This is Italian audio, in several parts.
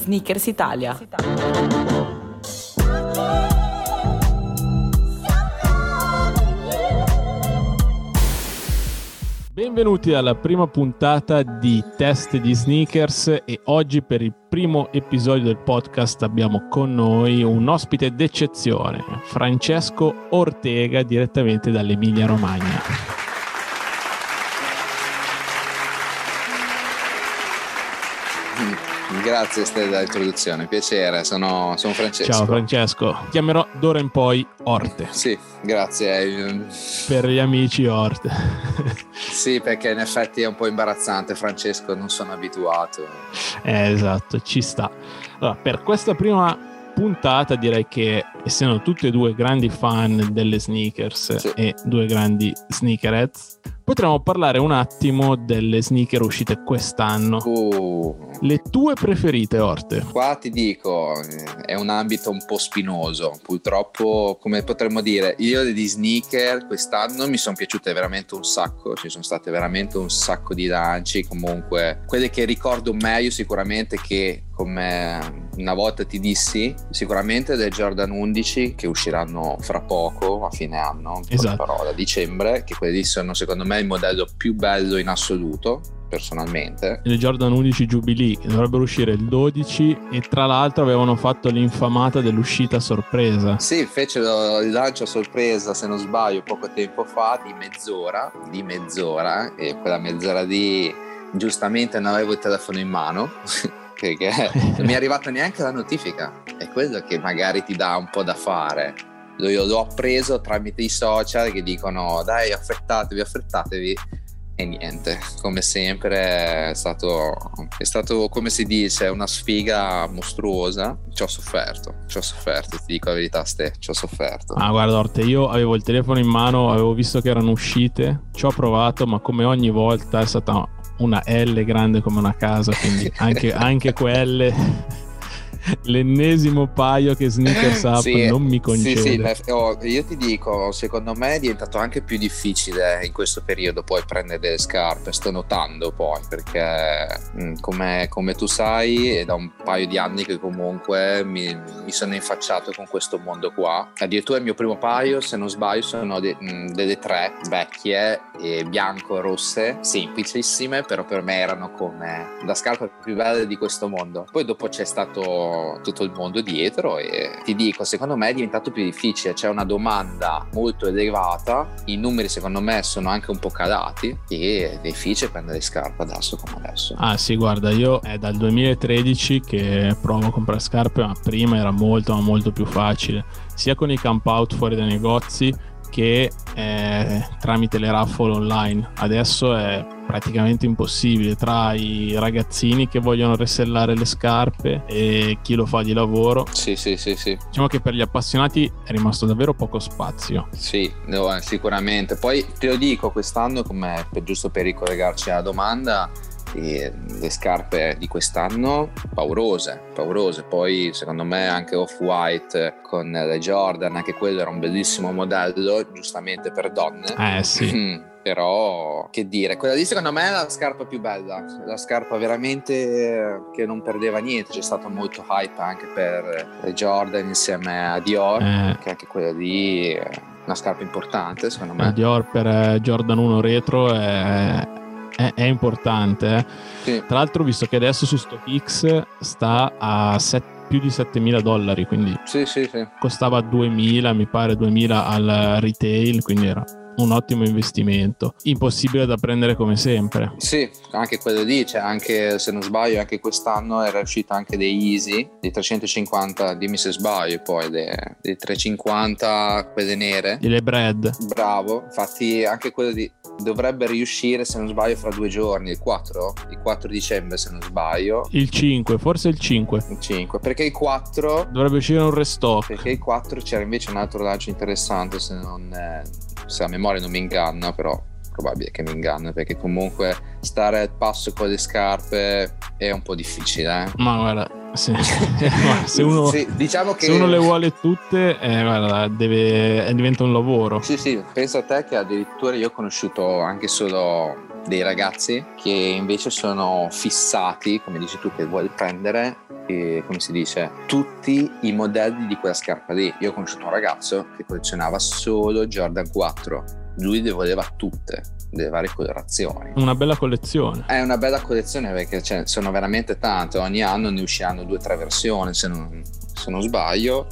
Sneakers Italia. Benvenuti alla prima puntata di Test di Sneakers e oggi per il primo episodio del podcast abbiamo con noi un ospite d'eccezione, Francesco Ortega, direttamente dall'Emilia Romagna. Grazie della introduzione, piacere, sono Francesco. Ciao Francesco, chiamerò d'ora in poi Orte. Sì, grazie. Per gli amici Orte. Sì, perché in effetti è un po' imbarazzante, Francesco, non sono abituato. Esatto, ci sta. Allora, per questa prima puntata direi che, essendo tutti e due grandi fan delle sneakers, sì, e due grandi sneakerheads, potremmo parlare un attimo delle sneaker uscite quest'anno. Le tue preferite, Orte? Qua ti dico, è un ambito un po' spinoso. Purtroppo, come potremmo dire, io di sneaker quest'anno mi sono piaciute veramente un sacco. Ci sono state veramente un sacco di lanci. Comunque, quelle che ricordo meglio sicuramente, che come una volta ti dissi, sicuramente del Jordan 11 che usciranno fra poco, a fine anno, esatto, però da dicembre, che quelli lì sono secondo me il modello più bello in assoluto, personalmente. Il Jordan 11 Jubilee, che dovrebbero uscire il 12, e tra l'altro avevano fatto l'infamata dell'uscita sorpresa. Sì, fecero il lancio a sorpresa, se non sbaglio, poco tempo fa, di mezz'ora, e quella mezz'ora lì giustamente non avevo il telefono in mano perché non mi è arrivata neanche la notifica. È quello che magari ti dà un po' da fare. Io l'ho appreso tramite i social che dicono dai, affrettatevi, e niente, come sempre è stato come si dice, una sfiga mostruosa. Ci ho sofferto, ti dico la verità, ci ho sofferto. Guarda Orte, io avevo il telefono in mano, avevo visto che erano uscite, ci ho provato, ma come ogni volta è stata una L grande come una casa, quindi anche quelle l'ennesimo paio che Sneakers Up sì, non mi concede. Sì, io ti dico, secondo me è diventato anche più difficile in questo periodo poi prendere delle scarpe. Sto notando poi, perché come tu sai, è da un paio di anni che comunque mi sono infacciato con questo mondo qua. Addirittura il mio primo paio, se non sbaglio, sono delle 3 vecchie, bianco-rosse, semplicissime, però per me erano come la scarpa più bella di questo mondo. Poi dopo c'è stato tutto il mondo dietro, e ti dico, secondo me è diventato più difficile, c'è una domanda molto elevata, i numeri secondo me sono anche un po' calati e è difficile prendere scarpe adesso come adesso. Sì, guarda, io è dal 2013 che provo a comprare scarpe, ma prima era molto più facile, sia con i camp out fuori dai negozi che tramite le raffle online. Adesso è praticamente impossibile, tra i ragazzini che vogliono resellare le scarpe e chi lo fa di lavoro. Sì. Diciamo che per gli appassionati è rimasto davvero poco spazio. Sì, no, sicuramente. Poi te lo dico, quest'anno, come giusto per ricollegarci alla domanda, le scarpe di quest'anno paurose. Poi secondo me anche Off-White con le Jordan, anche quello era un bellissimo modello, giustamente per donne. Sì. Però che dire, quella lì secondo me è la scarpa più bella, la scarpa veramente che non perdeva niente. C'è stato molto hype anche per le Jordan insieme a Dior, che anche quella lì è una scarpa importante secondo me. Dior per Jordan 1 retro è importante. Sì. Tra l'altro, visto che adesso su StockX sta a più di $7.000, quindi sì. costava 2.000, mi pare 2.000 al retail, quindi era un ottimo investimento, impossibile da prendere come sempre. Sì, anche quello lì, cioè anche se non sbaglio anche quest'anno era uscita anche dei Easy di 350, dimmi se sbaglio, poi dei 350, quelle nere, le Bread. Bravo, infatti anche quello lì dovrebbe riuscire, se non sbaglio, fra 2 giorni, il 4 dicembre se non sbaglio. Il 5, forse il 5, perché il 4 dovrebbe uscire un restock, perché il 4 c'era invece un altro lancio interessante, se la memoria non mi inganna, però probabile che mi inganna, perché comunque stare al passo con le scarpe è un po' difficile, ma guarda, se uno, sì, diciamo che se uno le vuole tutte, guarda, diventa un lavoro. Sì, pensa a te che addirittura io ho conosciuto anche solo dei ragazzi che invece sono fissati, come dici tu, che vuoi prendere come si dice, tutti i modelli di quella scarpa lì. Io ho conosciuto un ragazzo che collezionava solo Jordan 4, lui le voleva tutte, delle varie colorazioni. Una bella collezione. È una bella collezione perché sono veramente tante, ogni anno ne usciranno 2 o 3 versioni se non sbaglio,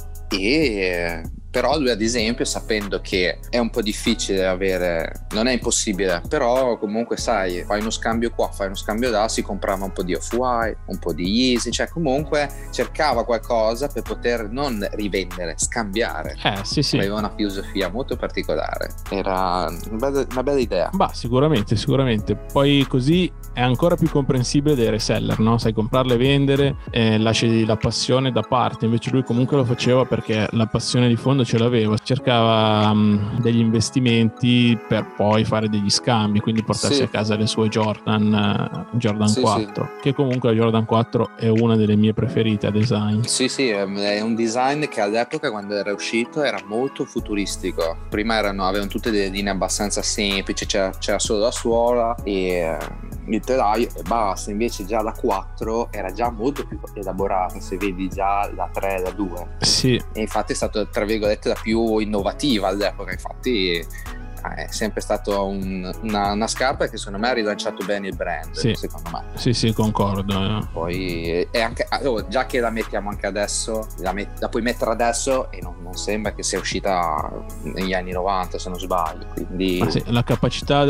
e però lui ad esempio, sapendo che è un po' difficile avere, non è impossibile, però comunque sai, fai uno scambio qua, fai uno scambio là, si comprava un po' di Off-White, un po' di Yeezy, cioè comunque cercava qualcosa per poter non rivendere, scambiare. Sì. Aveva una filosofia molto particolare, era una bella idea. Bah, sicuramente. Poi così è ancora più comprensibile dei reseller, no? Sai comprarle e vendere, lasci la passione da parte. Invece lui comunque lo faceva perché la passione di fondo ce l'aveva, cercava degli investimenti per poi fare degli scambi, quindi portarsi a casa le sue Jordan 4, che comunque la Jordan 4 è una delle mie preferite a design. Sì, è un design che all'epoca, quando era uscito, era molto futuristico. Prima avevano tutte delle linee abbastanza semplici, c'era solo la suola e il telaio e basta. Invece già la 4 era già molto più elaborata, se vedi già la 3 e la 2. Sì. E infatti è stata, tra virgolette, la più innovativa all'epoca. Infatti è sempre stata una scarpa che secondo me ha rilanciato bene il brand, secondo me. Sì, concordo. Poi è anche, già che la mettiamo anche adesso, la puoi mettere adesso e non sembra che sia uscita negli anni 90, se non sbaglio. Quindi la capacità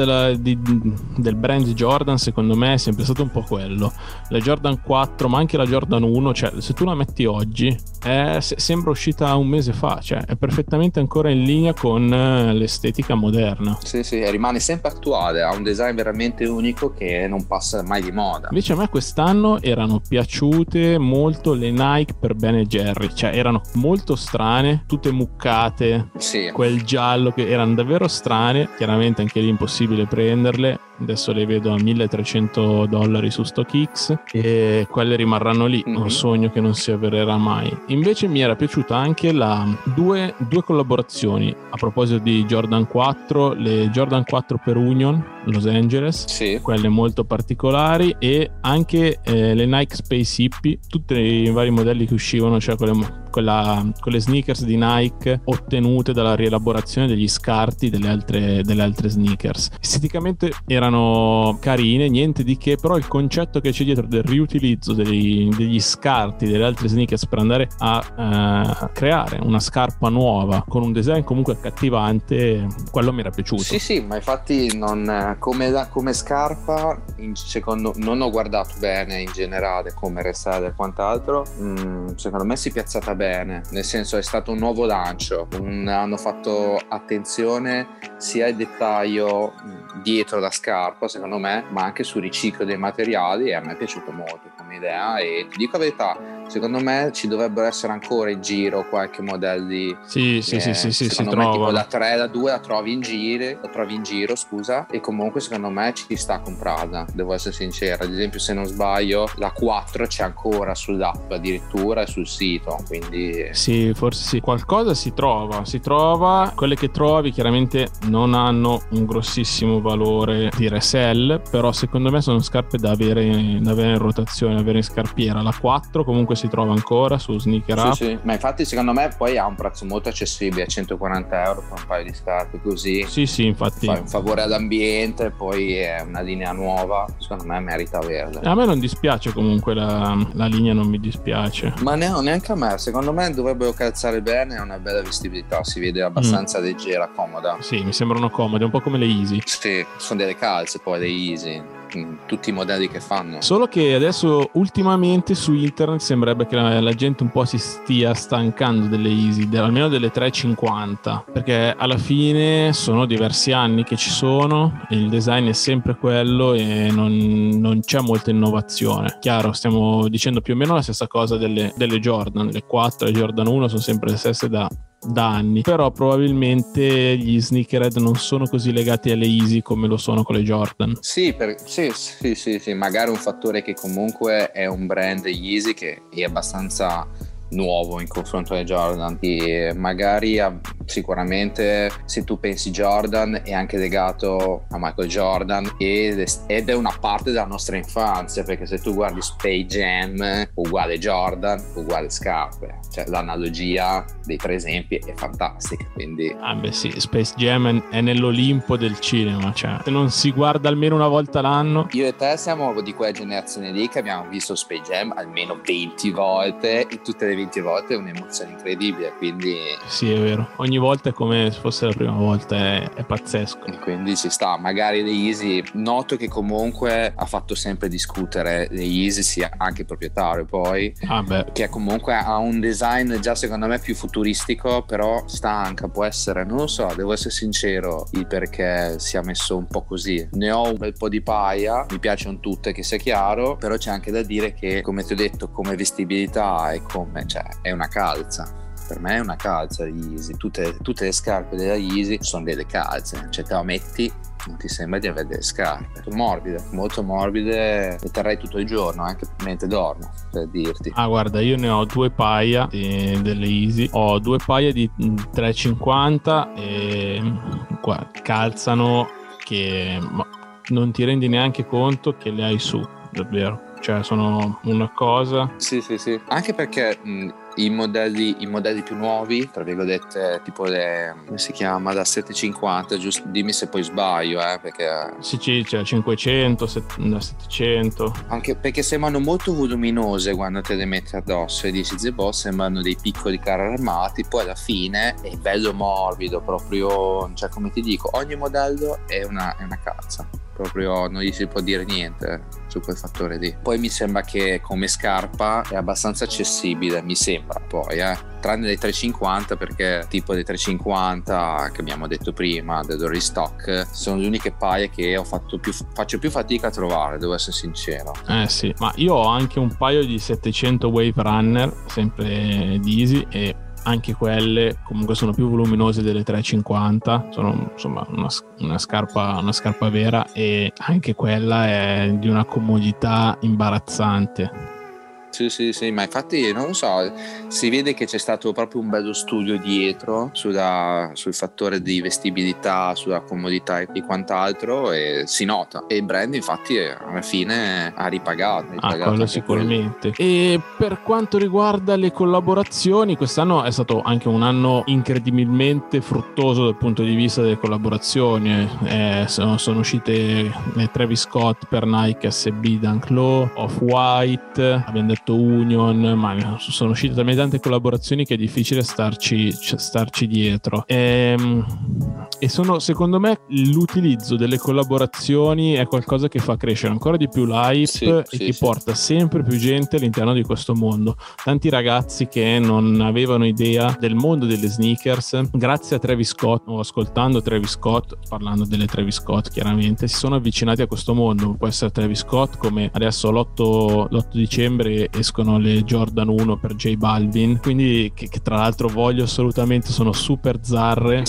del brand Jordan secondo me è sempre stato un po' quello. La Jordan 4, ma anche la Jordan 1, cioè se tu la metti oggi sembra uscita un mese fa, cioè è perfettamente ancora in linea con l'estetica moderna. Sì, rimane sempre attuale, ha un design veramente unico che non passa mai di moda. Invece a me quest'anno erano piaciute molto le Nike per Ben & Jerry, cioè erano molto strane, tutte muccate, quel giallo, che erano davvero strane. Chiaramente anche lì impossibile prenderle, adesso le vedo a $1.300 su StockX e quelle rimarranno lì, un sogno che non si avvererà mai. Invece mi era piaciuta anche due collaborazioni a proposito di Jordan 4, le Jordan 4 per Union Los Angeles, quelle molto particolari, e anche le Nike Space Hippie, tutti i vari modelli che uscivano, cioè con le sneakers di Nike ottenute dalla rielaborazione degli scarti delle altre sneakers. Esteticamente erano carine, niente di che, però il concetto che c'è dietro del riutilizzo degli scarti delle altre sneakers per andare a creare una scarpa nuova con un design comunque accattivante, quello mi era piaciuto. Sì, ma infatti come scarpa, secondo, non ho guardato bene in generale come reseller e quant'altro, secondo me si è piazzata bene, nel senso è stato un nuovo lancio, hanno fatto attenzione sia al dettaglio dietro la scarpa, secondo me, ma anche sul riciclo dei materiali, e a me è piaciuto molto come idea. E ti dico la verità, secondo me ci dovrebbero essere ancora in giro qualche modelli. Sì, secondo me tipo la 3 e la 2 la trovi in giro, scusa, e comunque secondo me ci sta comprata, devo essere sincera. Ad esempio, se non sbaglio, la 4 c'è ancora sull'app addirittura e sul sito, quindi sì, forse sì, qualcosa si trova. Quelle che trovi chiaramente non hanno un grossissimo valore di resell, però secondo me sono scarpe da avere in rotazione, da avere in scarpiera. La 4 comunque si trova ancora su Sneaker Up. Sì, ma infatti secondo me poi ha un prezzo molto accessibile, a €140 per un paio di scarpe così. Sì, infatti fai un favore all'ambiente, poi è una linea nuova, secondo me merita averla. A me non dispiace comunque la linea, non mi dispiace, ma neanche a me. Secondo me dovrebbero calzare bene, è una bella vestibilità, si vede abbastanza leggera, comoda. Sì, mi sembrano comode, un po' come le Easy. Sì, sono delle calze poi le Easy, tutti i modelli che fanno. Solo che adesso ultimamente su internet sembrerebbe che la gente un po' si stia stancando delle Easy, almeno delle 350, perché alla fine sono diversi anni che ci sono e il design è sempre quello e non c'è molta innovazione. Chiaro, stiamo dicendo più o meno la stessa cosa delle Jordan, le 4 e Jordan 1 sono sempre le stesse da anni, però probabilmente gli sneakerhead non sono così legati alle Easy come lo sono con le Jordan. Sì, magari un fattore che comunque è un brand Yeezy che è abbastanza nuovo in confronto alle Jordan, e magari sicuramente se tu pensi Jordan è anche legato a Michael Jordan ed è una parte della nostra infanzia, perché se tu guardi Space Jam uguale Jordan uguale scarpe, cioè l'analogia dei tre esempi è fantastica, quindi sì, Space Jam è nell'Olimpo del cinema, cioè se non si guarda almeno una volta l'anno. Io e te siamo di quella generazione lì che abbiamo visto Space Jam almeno 20 volte e tutte le 20 volte è un'emozione incredibile, quindi sì, è vero, ogni volta è come se fosse la prima volta, è pazzesco. E quindi ci sta. Magari le Yeezy, noto che comunque ha fatto sempre discutere le Yeezy, sia anche il proprietario poi, che comunque ha un design già secondo me più futuristico, però stanca, può essere, non lo so, devo essere sincero il perché sia messo un po' così. Ne ho un bel po' di paia, mi piacciono tutte, che sia chiaro, però c'è anche da dire che, come ti ho detto, come vestibilità e come, cioè, è una calza. Per me è una calza Yeezy, tutte le scarpe della Yeezy sono delle calze, cioè te la metti, non ti sembra di avere delle scarpe, morbide, molto morbide, le terrei tutto il giorno anche mentre dormo, per dirti. Guarda, io ne ho 2 paia delle Yeezy, ho 2 paia di 350 e calzano che non ti rendi neanche conto che le hai su, davvero. Cioè sono una cosa. Sì. Anche perché i modelli più nuovi, tra virgolette, tipo come si chiama, da 750, giusto? Dimmi se poi sbaglio, perché sì, c'è 500, 700. Anche perché sembrano molto voluminose quando te le metti addosso e dici sembrano dei piccoli carri armati, poi alla fine è bello morbido, proprio, cioè come ti dico, ogni modello è una calza. Proprio non gli si può dire niente su quel fattore lì. Poi mi sembra che come scarpa è abbastanza accessibile, mi sembra poi, tranne le 350, perché tipo le 350 che abbiamo detto prima del restock sono le uniche paia che faccio più fatica a trovare, devo essere sincero. Sì, ma io ho anche un paio di 700 Wave Runner, sempre di Yeezy, e anche quelle comunque sono più voluminose delle 350, sono insomma una scarpa vera, e anche quella è di una comodità imbarazzante. Sì, ma infatti non lo so, si vede che c'è stato proprio un bello studio dietro sul fattore di vestibilità, sulla comodità e quant'altro, e si nota, e il brand infatti alla fine ha ripagato quello sicuramente. E per quanto riguarda le collaborazioni, quest'anno è stato anche un anno incredibilmente fruttoso dal punto di vista delle collaborazioni. Sono uscite le Travis Scott per Nike SB Dunk Low, Off-White, abbiamo detto Union, ma sono uscite talmente tante collaborazioni che è difficile starci dietro, e sono, secondo me, l'utilizzo delle collaborazioni è qualcosa che fa crescere ancora di più l'hype e che porta sempre più gente all'interno di questo mondo. Tanti ragazzi che non avevano idea del mondo delle sneakers, grazie a Travis Scott o ascoltando Travis Scott, parlando delle Travis Scott chiaramente, si sono avvicinati a questo mondo. Può essere Travis Scott, come adesso l'8 dicembre escono le Jordan 1 per J Balvin, quindi che tra l'altro voglio assolutamente, sono super zarre,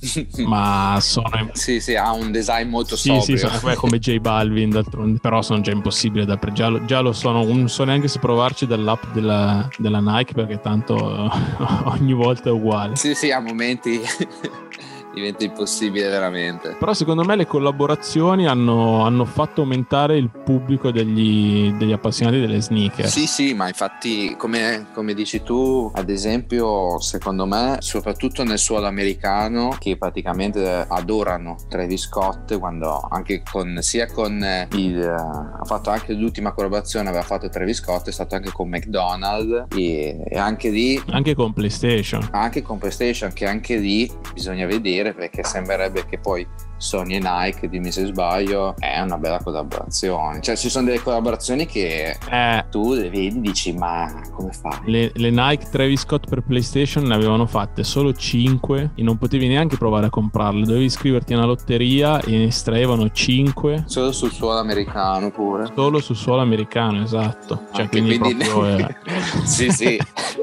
ma sono sì, ha un design molto sobrio. Sì, sono come J Balvin d'altronde, però sono già impossibili da già lo sono, non so neanche se provarci dall'app della Nike, perché tanto ogni volta è uguale. Sì, a momenti diventa impossibile veramente. Però secondo me le collaborazioni hanno fatto aumentare il pubblico degli appassionati delle sneaker. Sì, ma infatti come dici tu, ad esempio, secondo me, soprattutto nel suolo americano, che praticamente adorano Travis Scott, quando anche ha fatto anche l'ultima collaborazione, aveva fatto Travis Scott, è stato anche con McDonald's e anche lì, anche con PlayStation, che anche lì bisogna vedere, perché sembrerebbe che poi Sony e Nike, dimmi se sbaglio, è una bella collaborazione. Cioè ci sono delle collaborazioni che tu le vedi, dici ma come fai? Le Nike Travis Scott per PlayStation ne avevano fatte solo 5 e non potevi neanche provare a comprarle, dovevi iscriverti a una lotteria e ne estraevano 5 solo sul suolo americano, pure solo sul suolo americano, esatto. Cioè quindi proprio sì.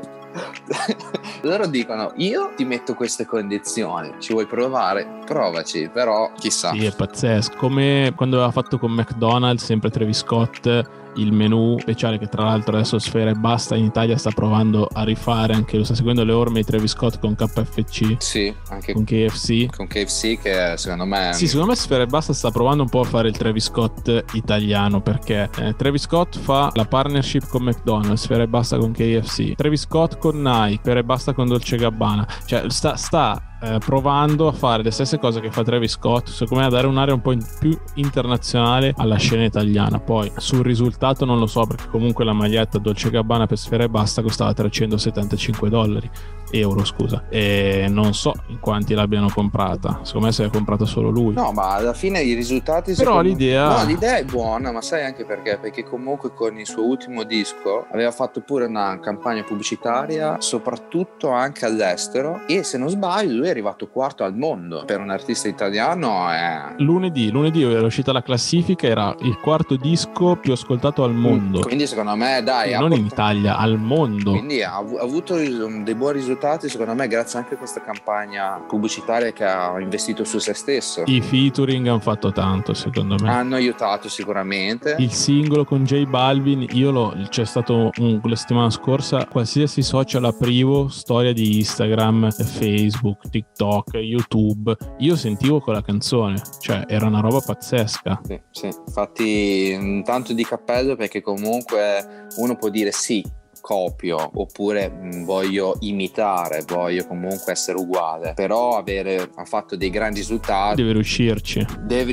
Loro dicono: io ti metto queste condizioni, ci vuoi provare? Provaci, però chissà. Sì, è pazzesco. Come quando aveva fatto con McDonald's, sempre Travis Scott, il menu speciale che tra l'altro adesso Sfera e Basta in Italia sta provando a rifare, anche lo sta seguendo le orme di Travis Scott con KFC, sì, anche con KFC, che secondo me sì, secondo me Sfera e Basta sta provando un po' a fare il Travis Scott italiano, perché Travis Scott fa la partnership con McDonald's, Sfera e Basta con KFC, Travis Scott con Nike, Sfera e Basta con Dolce & Gabbana, cioè sta provando a fare le stesse cose che fa Travis Scott, secondo me a dare un'area un po' più internazionale alla scena italiana. Poi sul risultato non lo so, perché comunque la maglietta Dolce & Gabbana per Sfera e Basta costava $375, scusa, e non so in quanti l'abbiano comprata, secondo me se l'ha comprata solo lui. No, ma alla fine i risultati però l'idea è buona, ma sai anche perché comunque con il suo ultimo disco aveva fatto pure una campagna pubblicitaria, soprattutto anche all'estero, e se non sbaglio lui è arrivato quarto al mondo per un artista italiano. Lunedì era uscita la classifica, era il quarto disco più ascoltato al mondo, quindi secondo me non in Italia, al mondo, quindi ha avuto dei buoni risultati secondo me grazie anche a questa campagna pubblicitaria che ha investito su se stesso. I featuring hanno fatto tanto, secondo me hanno aiutato sicuramente. Il singolo con J Balvin, c'è stato la settimana scorsa, qualsiasi social aprivo, storia di Instagram, Facebook, TikTok, YouTube, io sentivo quella canzone, cioè era una roba pazzesca. Sì. Infatti tanto di cappello, perché comunque uno può dire sì, copio, oppure voglio imitare, voglio comunque essere uguale, però ha fatto dei grandi risultati, devi riuscirci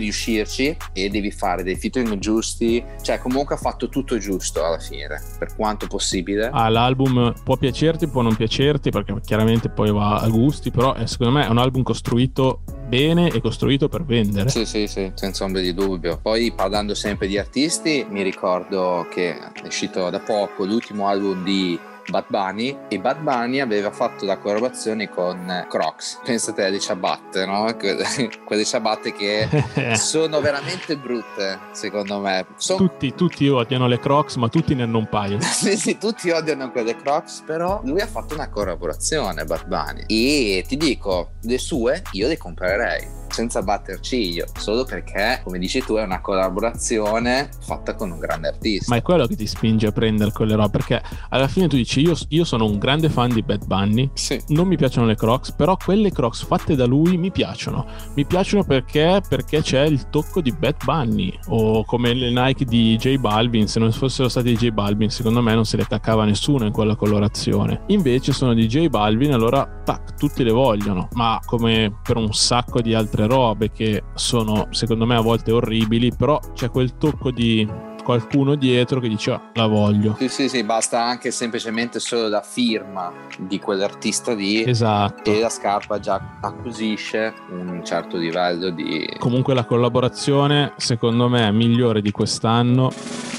e devi fare dei featuring giusti, cioè comunque ha fatto tutto giusto alla fine, per quanto possibile. L'album può piacerti, può non piacerti, perché chiaramente poi va a gusti, però secondo me è un album costruito bene e costruito per vendere. Sì, senza ombra di dubbio. Poi parlando sempre di artisti, mi ricordo che è uscito da poco l'ultimo album di Bad Bunny, e Bad Bunny aveva fatto la collaborazione con Crocs. Pensate alle ciabatte, no? Quelle ciabatte che sono veramente brutte, secondo me. Tutti odiano le Crocs, ma tutti ne hanno un paio. sì, tutti odiano quelle Crocs, però lui ha fatto una collaborazione, Bad Bunny, e ti dico, le sue io le comprerei senza batter ciglio, solo perché, come dici tu, è una collaborazione fatta con un grande artista. Ma è quello che ti spinge a prendere quelle robe, perché alla fine tu dici io sono un grande fan di Bad Bunny, sì. Non mi piacciono le Crocs, però quelle Crocs fatte da lui mi piacciono perché c'è il tocco di Bad Bunny, o come le Nike di J Balvin. Se non fossero stati di J Balvin, secondo me non se le attaccava nessuno in quella colorazione, invece sono di J Balvin, allora tac, tutti le vogliono, ma come per un sacco di altre robe che sono secondo me a volte orribili, però c'è quel tocco di qualcuno dietro che dice la voglio. Sì, basta anche semplicemente solo la firma di quell'artista lì, esatto, e la scarpa già acquisisce un certo livello di... Comunque la collaborazione secondo me migliore di quest'anno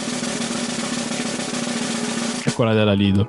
è quella della Lidl.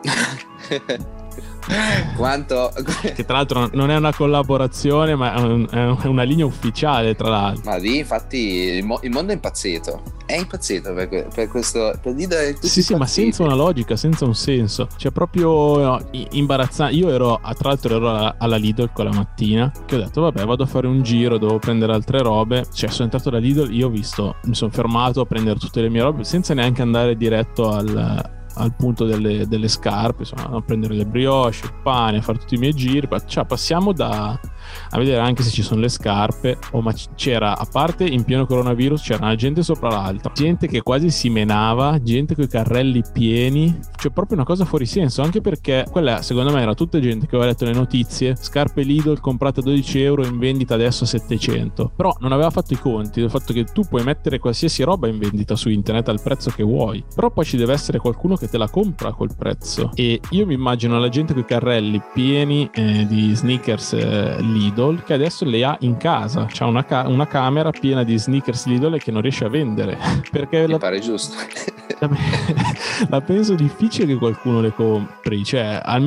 Quanto... che tra l'altro non è una collaborazione, ma è una linea ufficiale, tra l'altro. Ma lì infatti il mondo è impazzito per questo, per dire sì, ma senza una logica, senza un senso, cioè proprio imbarazzante. Tra l'altro ero alla Lidl quella mattina, che ho detto vabbè, vado a fare un giro, devo prendere altre robe, cioè sono entrato alla Lidl, mi sono fermato a prendere tutte le mie robe senza neanche andare diretto al punto delle scarpe, insomma, a prendere le brioche, il pane, a fare tutti i miei giri. Cioè passiamo a vedere anche se ci sono le scarpe. Ma c'era, a parte in pieno coronavirus, c'era una gente sopra l'altra, gente che quasi si menava, gente con i carrelli pieni, cioè proprio una cosa fuori senso, anche perché quella secondo me era tutta gente che aveva letto le notizie, scarpe Lidl comprate a €12 in vendita adesso a 700, però non aveva fatto i conti del fatto che tu puoi mettere qualsiasi roba in vendita su internet al prezzo che vuoi, però poi ci deve essere qualcuno che te la compra a quel prezzo, e io mi immagino la gente con i carrelli pieni di sneakers Lidl che adesso le ha in casa, c'ha una camera piena di sneakers Lidl che non riesce a vendere perché mi pare giusto. la penso difficile che qualcuno le compri, cioè almeno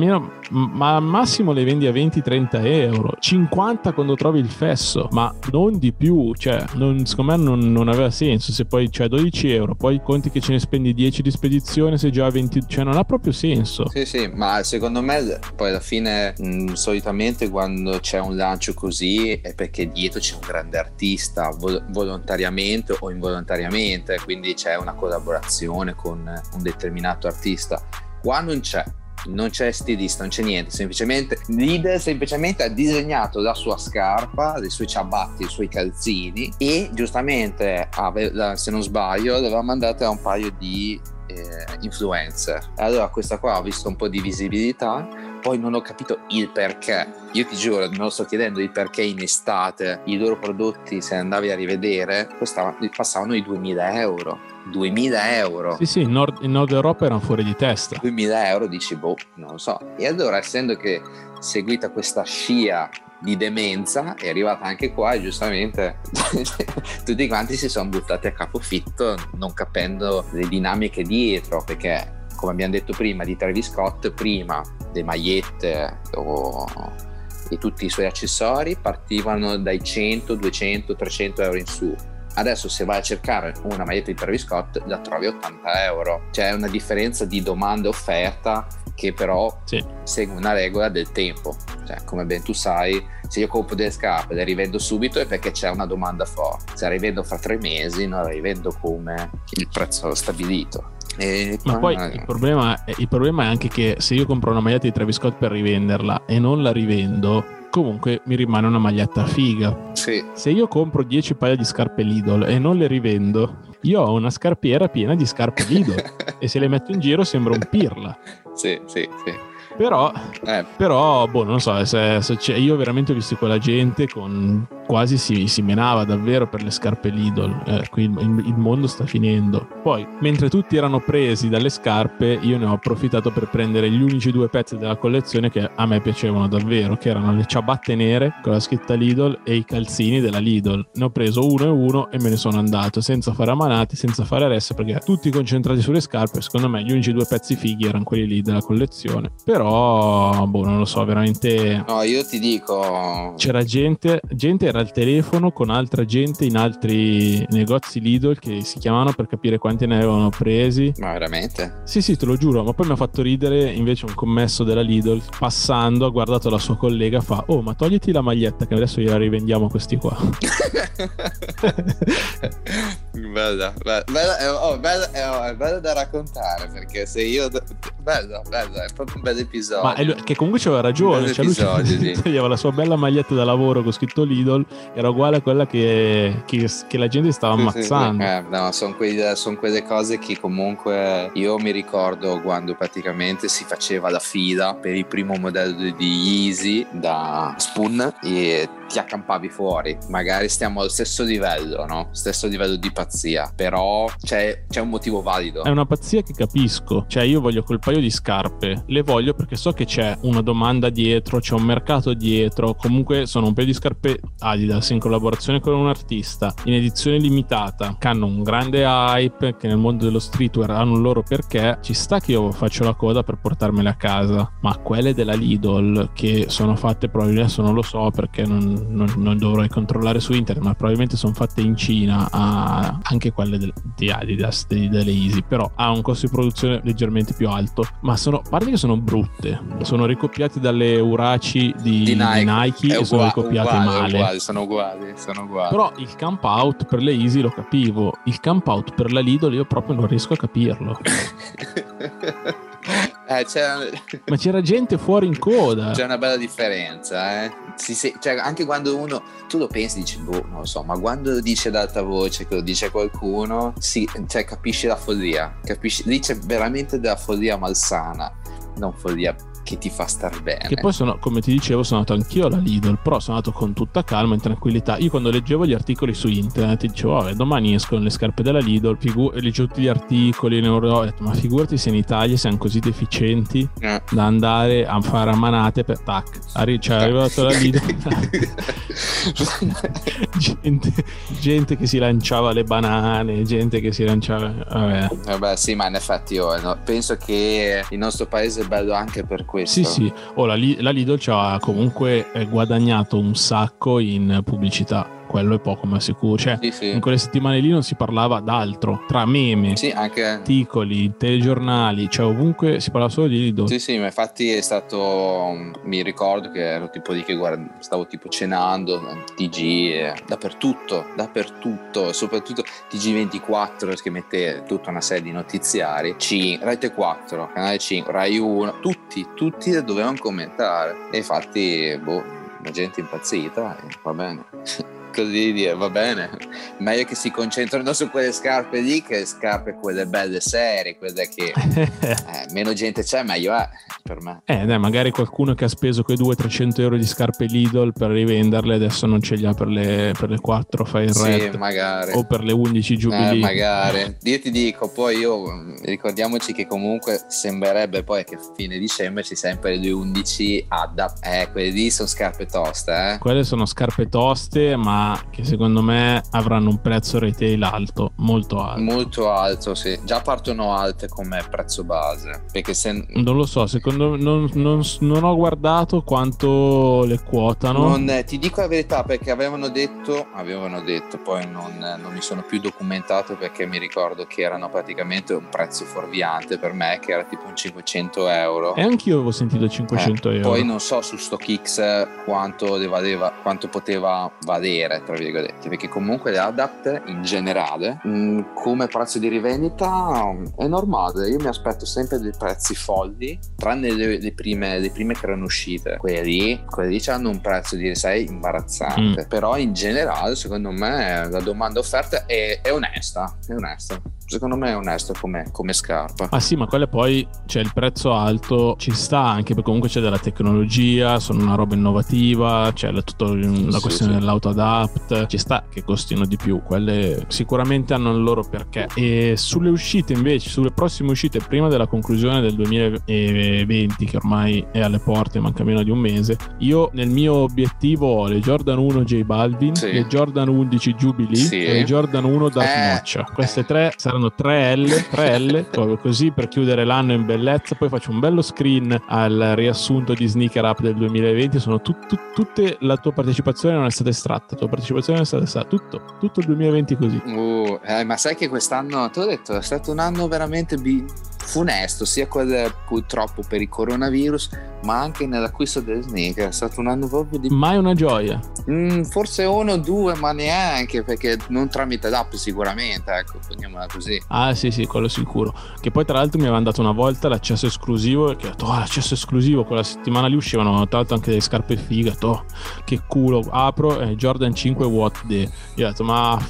ma al massimo le vendi a 20-30 euro, 50 quando trovi il fesso, ma non di più, cioè secondo me non aveva senso. Se poi c'è 12 euro, poi conti che ce ne spendi 10 di spedizione, se già 20, cioè non ha proprio senso. Sì, ma secondo me poi alla fine solitamente quando c'è un lancio così è perché dietro c'è un grande artista, volontariamente o involontariamente, quindi c'è una collaborazione con un determinato artista. Qua non c'è stilista, non c'è niente, semplicemente Lidl ha disegnato la sua scarpa, i suoi ciabatti, i suoi calzini, e giustamente se non sbaglio l'aveva mandata a un paio di influencer. Allora questa qua ha visto un po' di visibilità, poi non ho capito il perché. Io ti giuro, me lo sto chiedendo il perché in estate i loro prodotti, se andavi a rivedere, passavano i 2000 euro. 2000 euro. Sì, in Nord Europa erano fuori di testa. 2000 euro, dici, non lo so. E allora, essendo che seguita questa scia di demenza, è arrivata anche qua e giustamente tutti quanti si sono buttati a capofitto, non capendo le dinamiche dietro, perché come abbiamo detto prima di Travis Scott, prima le magliette e tutti i suoi accessori partivano dai 100, 200, 300 euro in su. Adesso se vai a cercare una maglietta di Travis Scott la trovi a 80 euro. C'è una differenza di domanda e offerta che però segue una regola del tempo. Cioè, come ben tu sai, se io compro delle scarpe e le rivendo subito è perché c'è una domanda forte. Se la rivendo fra 3 mesi non la rivendo come il prezzo stabilito. Ma poi il problema è anche che se io compro una maglietta di Travis Scott per rivenderla e non la rivendo, comunque mi rimane una maglietta figa. Sì. Se io compro 10 paia di scarpe Lidl e non le rivendo, io ho una scarpiera piena di scarpe Lidl e se le metto in giro sembra un pirla. Sì. Però non so, io veramente ho visto quella gente con quasi si menava davvero per le scarpe Lidl. Qui il mondo sta finendo. Poi, mentre tutti erano presi dalle scarpe, io ne ho approfittato per prendere gli unici 2 pezzi della collezione che a me piacevano davvero, che erano le ciabatte nere con la scritta Lidl e i calzini della Lidl. Ne ho preso uno e uno e me ne sono andato senza fare amanati, senza fare resse, perché tutti concentrati sulle scarpe. Secondo me gli unici 2 pezzi fighi erano quelli lì della collezione. Però non lo so, veramente. No, io ti dico, c'era gente era al telefono con altra gente in altri negozi Lidl che si chiamavano per capire quanti ne avevano presi. Ma veramente? Sì, te lo giuro. Ma poi mi ha fatto ridere invece un commesso della Lidl, passando, ha guardato la sua collega, fa: oh, ma togliti la maglietta che adesso gliela rivendiamo questi qua. Bella, è bello da raccontare, perché se io bello, è proprio un bel episodio. Ma che comunque c'aveva ragione, cioè lui aveva la sua bella maglietta da lavoro con scritto Lidl, era uguale a quella che la gente stava ammazzando. No, sono quelle cose che comunque io mi ricordo quando praticamente si faceva la fila per il primo modello di Yeezy da Spoon e ti accampavi fuori. Magari stiamo allo stesso livello, no? Stesso livello di pazzia, però c'è un motivo valido. È una pazzia che capisco, cioè io voglio quel paio di scarpe, le voglio perché so che c'è una domanda dietro, c'è un mercato dietro. Comunque sono un paio di scarpe Adidas in collaborazione con un artista in edizione limitata, che hanno un grande hype, che nel mondo dello streetwear hanno un loro perché. Ci sta che io faccio la coda per portarmele a casa, ma quelle della Lidl che sono fatte, probabilmente adesso non lo so perché non dovrei controllare su internet, ma probabilmente sono fatte in Cina, anche quelle di Adidas, delle Easy, però ha un costo di produzione leggermente più alto, ma a parte che sono brutte, sono ricopiate dalle Uraci di Nike e sono ricopiate male. Sono uguali. Però il camp out per le Easy lo capivo, il camp out per la Lidl io proprio non riesco a capirlo. Ma c'era gente fuori in coda. C'è una bella differenza, cioè, anche quando tu lo pensi, dici non lo so, ma quando lo dice ad alta voce, che lo dice qualcuno, cioè, capisci la follia, lì c'è veramente della follia malsana, non follia che ti fa star bene. Che poi come ti dicevo, sono andato anch'io alla Lidl, però sono andato con tutta calma, in tranquillità. Io quando leggevo gli articoli su internet dicevo: vabbè, domani escono le scarpe della Lidl, leggevo tutti gli articoli, ho detto: ma figurati se in Italia siamo così deficienti da andare a fare a manate per tac. È arrivato la Lidl gente che si lanciava le banane, gente che si lanciava vabbè sì, ma in effetti penso che il nostro paese è bello anche per Sì, questo. sì. La Lidl ci ha comunque guadagnato un sacco in pubblicità. Quello è poco ma sicuro. Cioè, Sì, sì. in quelle settimane lì non si parlava d'altro. Tra meme, Sì, anche articoli, telegiornali, cioè ovunque si parlava solo di Lidl. sì, sì, ma infatti è stato, mi ricordo che ero tipo lì che stavo tipo cenando, TG, dappertutto, soprattutto TG24 che mette tutta una serie di notiziari, Rete 4, Canale 5, Rai 1, tutti dovevano commentare e infatti, la gente è impazzita e va bene. Così dire, va bene, meglio che si concentrano su quelle scarpe lì che scarpe quelle belle serie, quelle che meno gente c'è meglio è per me. Dai, magari qualcuno che ha speso quei 200-300 euro di scarpe Lidl per rivenderle adesso non ce li ha per le 4 Fire Red, sì, magari, o per le 11 Jubilee. magari. Io ti dico, poi ricordiamoci che comunque sembrerebbe poi che a fine dicembre ci sempre le 11 quelle lì sono scarpe toste, Quelle sono scarpe toste, ma che secondo me avranno un prezzo retail alto, molto alto, sì, già partono alte come prezzo base, perché se non lo so, secondo me non ho guardato quanto le quotano. Ti dico la verità, perché avevano detto, poi non mi sono più documentato, perché mi ricordo che erano praticamente un prezzo fuorviante per me, che era tipo un 500 euro. E anch'io avevo sentito 500 euro. Poi non so su StockX quanto poteva valere, tra virgolette, perché comunque le Adapt in generale come prezzo di rivendita è normale. Io mi aspetto sempre dei prezzi folli, tranne le prime che erano uscite, quelle lì hanno un prezzo di imbarazzante. Però in generale secondo me la domanda offerta è onesta, secondo me è onesto come scarpa. Ah sì, ma quelle poi c'è il prezzo alto, ci sta anche perché comunque c'è della tecnologia, sono una roba innovativa, c'è tutta la questione dell'auto adapt, ci sta che costino di più, quelle sicuramente hanno il loro perché. E sulle uscite invece, sulle prossime uscite prima della conclusione del 2020, che ormai è alle porte, manca meno di un mese, io nel mio obiettivo ho le Jordan 1 J Balvin, le Jordan 11 Jubilee e le Jordan 1 Dark Notch. Queste tre saranno 3L proprio così per chiudere l'anno in bellezza. Poi faccio un bello screen al riassunto di Sneaker Up del 2020. Sono tutte, la tua partecipazione non è stata estratta, tutto il 2020 così. Ma sai che quest'anno, te l'ho detto, è stato un anno veramente funesto, sia purtroppo per il coronavirus, ma anche nell'acquisto delle sneaker. È stato un anno proprio di mai una gioia. Forse 1 o 2, ma neanche, perché non tramite l'app sicuramente, ecco, poniamola così. Ah sì, quello sicuro. Che poi tra l'altro mi avevano dato una volta l'accesso esclusivo, che ho detto l'accesso esclusivo, quella settimana lì uscivano tra l'altro anche delle scarpe fighe, che culo, apro Jordan 5 Watt Day. Io ho detto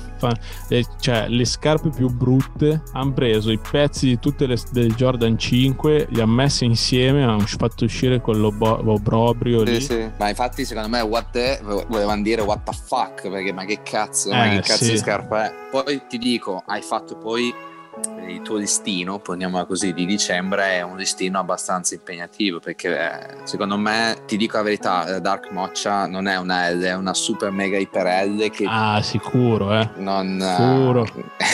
cioè le scarpe più brutte hanno preso i pezzi di tutte le Jordan 5, li hanno messi insieme, hanno fatto uscire quell'obbrobrio lì. Sì. Ma infatti secondo me volevano dire what the fuck, perché ma che cazzo di scarpa è. Poi ti dico, hai fatto poi il tuo listino, poniamola così, di dicembre è un listino abbastanza impegnativo, perché secondo me, ti dico la verità, la Dark Mocha non è una L, è una super mega iper L che sicuro sicuro.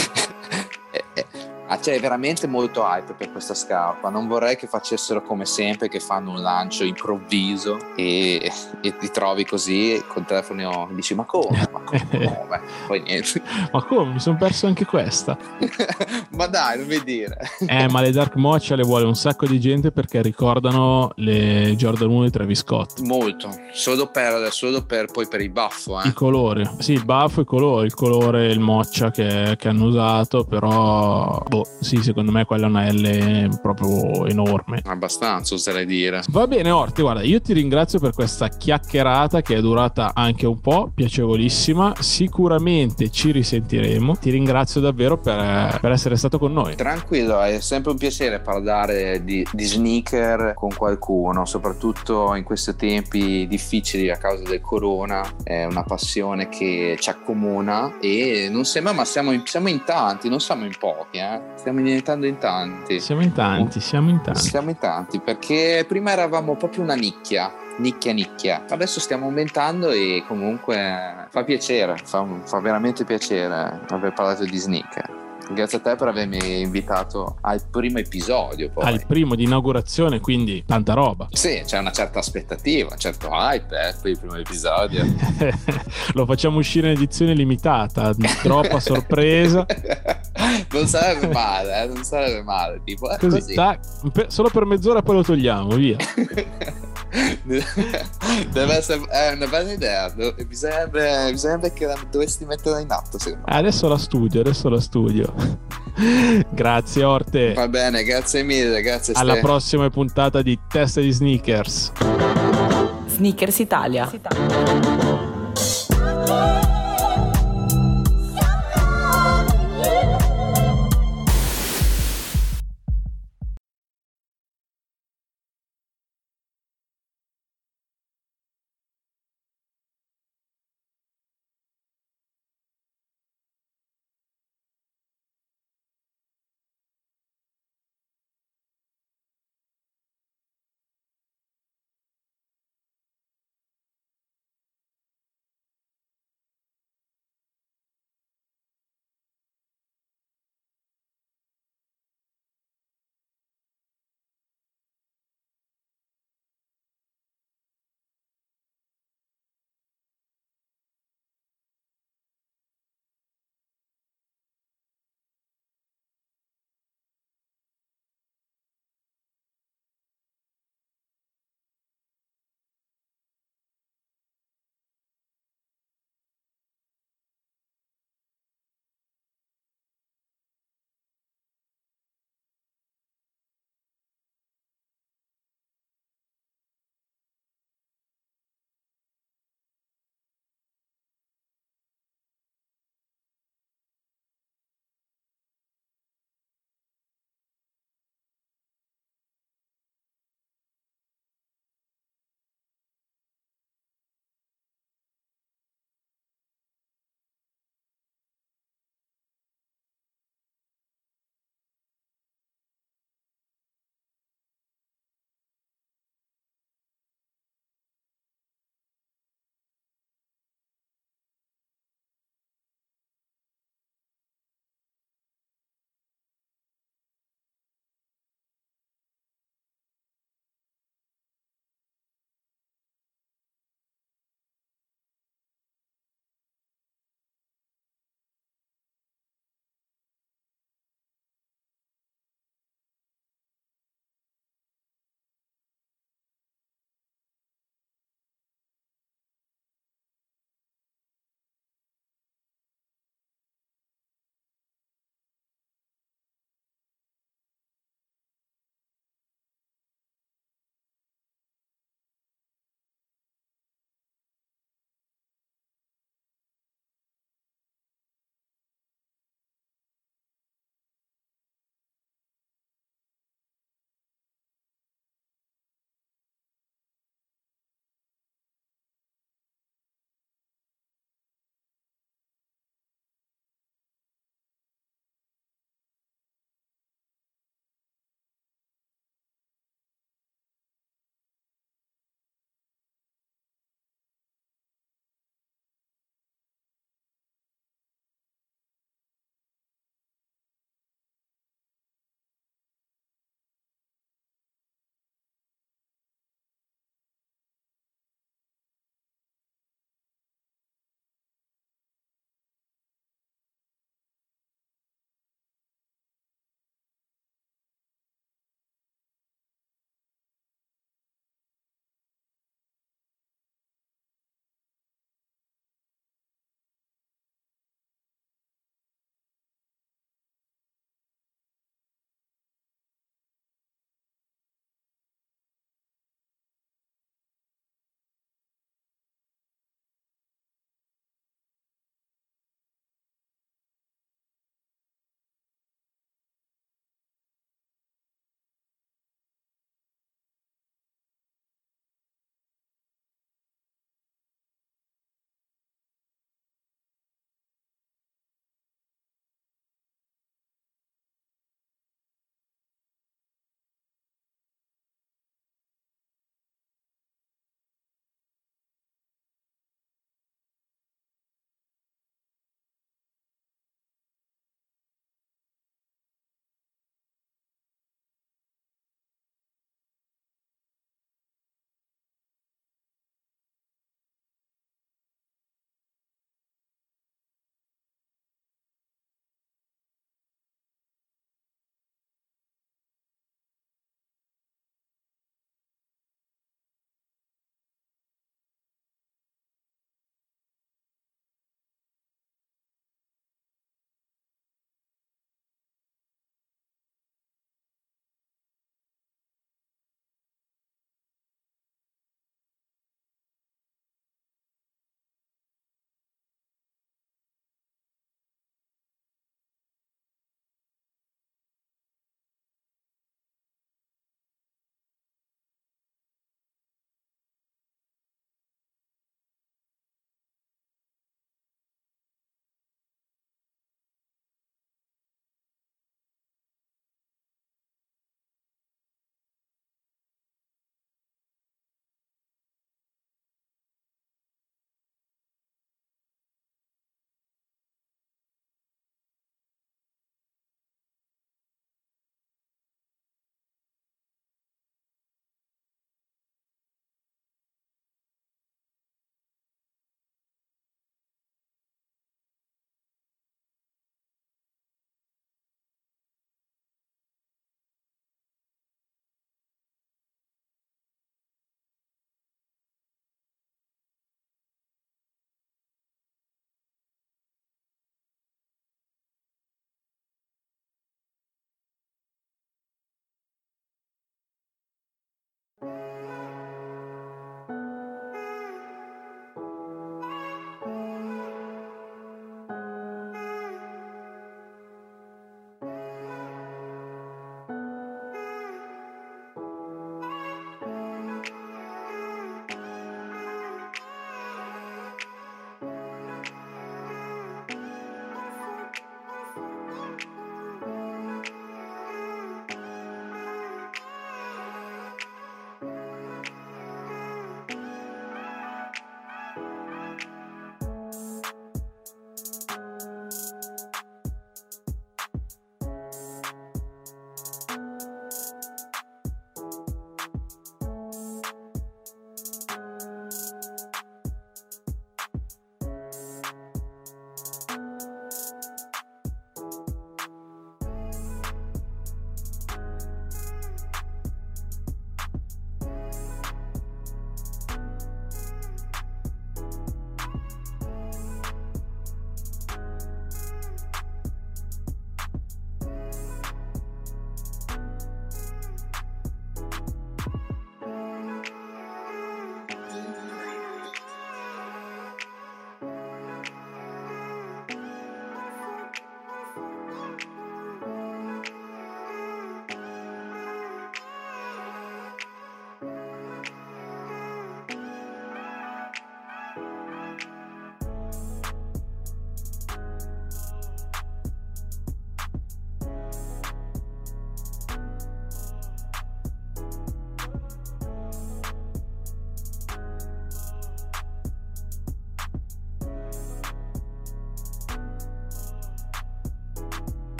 C'è veramente molto hype per questa scarpa. Non vorrei che facessero come sempre, che fanno un lancio improvviso e ti trovi così col telefono, dici ma come? Poi niente. Ma come? Mi sono perso anche questa. Ma dai, non mi dire. Ma le Dark Mocha le vuole un sacco di gente perché ricordano le Jordan 1 di Travis Scott. Molto, solo per poi per il baffo, il colore, sì, il baffo, il colore, il Mocha che hanno usato, però sì, secondo me quella è una L proprio enorme, abbastanza oserei dire. Va bene Orti, guarda, io ti ringrazio per questa chiacchierata che è durata anche un po', piacevolissima, sicuramente ci risentiremo. Ti ringrazio davvero per essere stato con noi. Tranquillo, è sempre un piacere parlare di sneaker con qualcuno, soprattutto in questi tempi difficili a causa del corona. È una passione che ci accomuna e non sembra, ma siamo in tanti, non siamo in pochi, stiamo diventando in tanti. Siamo in tanti, perché prima eravamo proprio una nicchia, adesso stiamo aumentando e comunque fa piacere, fa veramente piacere aver parlato di sneaker. Grazie a te per avermi invitato al primo episodio. Poi. Al primo di inaugurazione, quindi tanta roba. Sì, c'è una certa aspettativa, un certo hype per il primo episodio. Lo facciamo uscire in edizione limitata, troppa sorpresa. Non sarebbe male, non sarebbe male. Tipo, così. Solo per mezz'ora poi lo togliamo, via. Deve essere una bella idea. Bisognerebbe che dovresti metterla in atto, secondo me. Adesso la studio. Grazie Orte. Va bene, grazie mille, grazie. Alla prossima puntata di Testa di Sneakers. Sneakers Italia.